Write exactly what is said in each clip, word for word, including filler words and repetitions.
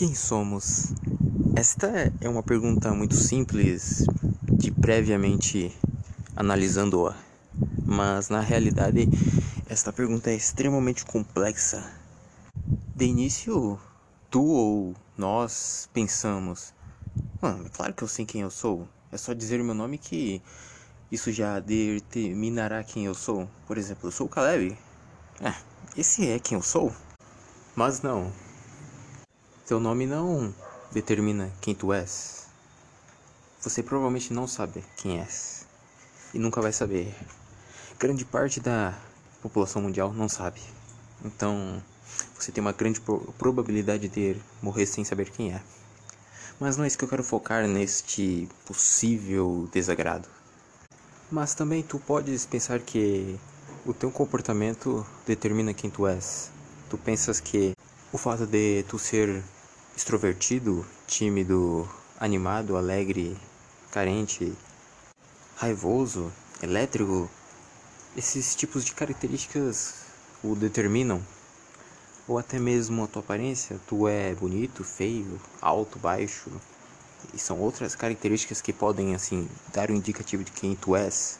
Quem somos? Esta é uma pergunta muito simples de previamente analisando-a, mas na realidade esta pergunta é extremamente complexa. De início, tu ou nós pensamos: Mano, é claro que eu sei quem eu sou, é só dizer o meu nome que isso já determinará quem eu sou. Por exemplo, eu sou o Caleb. É, esse é quem eu sou? Mas não. Teu nome não determina quem tu és. Você provavelmente não sabe quem és. E nunca vai saber. Grande parte da população mundial não sabe. Então, você tem uma grande probabilidade de morrer sem saber quem é. Mas não é isso que eu quero focar neste possível desagrado. Mas também tu podes pensar que o teu comportamento determina quem tu és. Tu pensas que o fato de tu ser extrovertido, tímido, animado, alegre, carente, raivoso, elétrico, esses tipos de características o determinam. Ou até mesmo a tua aparência, tu é bonito, feio, alto, baixo. E são outras características que podem, assim, dar um indicativo de quem tu és.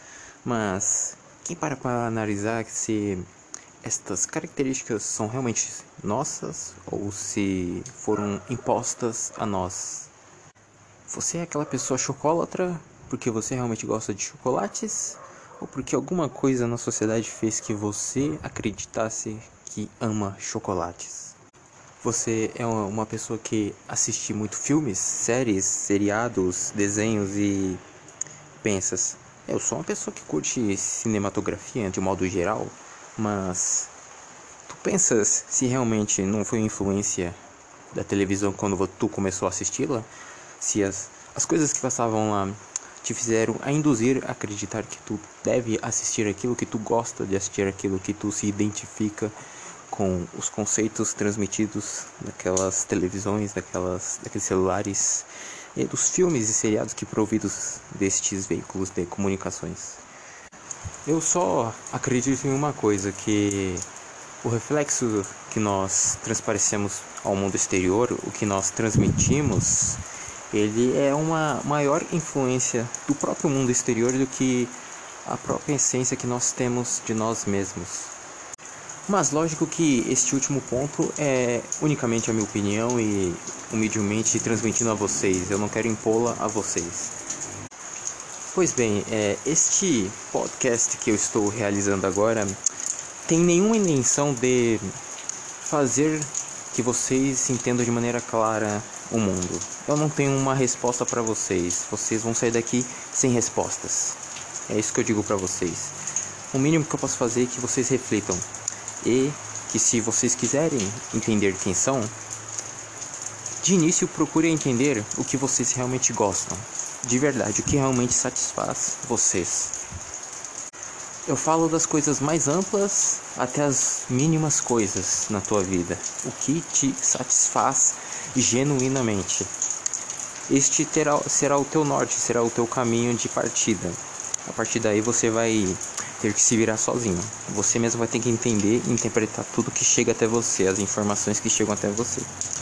Mas quem para para analisar se estas características são realmente nossas ou se foram impostas a nós? Você é aquela pessoa chocolatra porque você realmente gosta de chocolates? Ou porque alguma coisa na sociedade fez que você acreditasse que ama chocolates? Você é uma pessoa que assiste muito filmes, séries, seriados, desenhos e pensas: eu sou uma pessoa que curte cinematografia de modo geral, mas tu pensas se realmente não foi influência da televisão quando tu começou a assisti-la? Se as, as coisas que passavam lá te fizeram a induzir a acreditar que tu deve assistir aquilo, que tu gosta de assistir aquilo, que tu se identifica com os conceitos transmitidos daquelas televisões, daquelas, daqueles celulares e dos filmes e seriados que providos destes veículos de comunicações. Eu só acredito em uma coisa, que o reflexo que nós transparecemos ao mundo exterior, o que nós transmitimos, ele é uma maior influência do próprio mundo exterior do que a própria essência que nós temos de nós mesmos. Mas lógico que este último ponto é unicamente a minha opinião e humildemente transmitindo a vocês. Eu não quero impô-la a vocês. Pois bem, é, este podcast que eu estou realizando agora tem nenhuma intenção de fazer que vocês entendam de maneira clara o mundo. Eu não tenho uma resposta para vocês. Vocês vão sair daqui sem respostas. É isso que eu digo para vocês. O mínimo que eu posso fazer é que vocês reflitam. E que, se vocês quiserem entender quem são, de início procurem entender o que vocês realmente gostam, de verdade, o que realmente satisfaz vocês. Eu falo das coisas mais amplas até as mínimas coisas na tua vida, o que te satisfaz genuinamente. Este terá, será o teu norte, será o teu caminho de partida. A partir daí você vai ter que se virar sozinho. Você mesmo vai ter que entender e interpretar tudo que chega até você, as informações que chegam até você.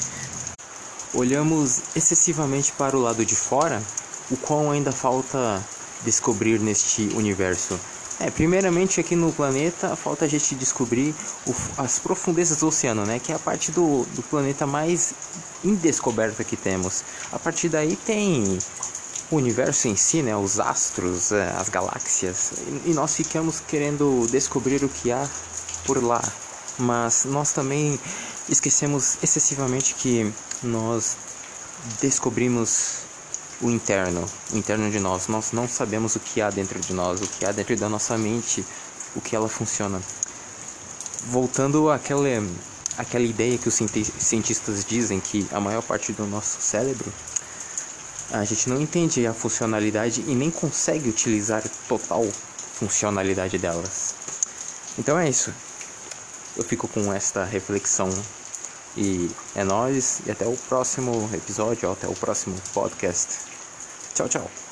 Olhamos excessivamente para o lado de fora, o qual ainda falta descobrir neste universo. É, primeiramente aqui no planeta falta a gente descobrir o, as profundezas do oceano, né? Que é a parte do, do planeta mais indescoberta que temos. A partir daí tem o universo em si, né, os astros, as galáxias, e nós ficamos querendo descobrir o que há por lá, mas nós também esquecemos excessivamente que nós descobrimos o interno, o interno de nós. Nós não sabemos o que há dentro de nós, o que há dentro da nossa mente, o que ela funciona. Voltando àquela, àquela ideia que os cientistas dizem que a maior parte do nosso cérebro, a gente não entende a funcionalidade e nem consegue utilizar total funcionalidade delas. Então é isso. Eu fico com esta reflexão. E é nóis. E até o próximo episódio, até o próximo podcast. Tchau, tchau.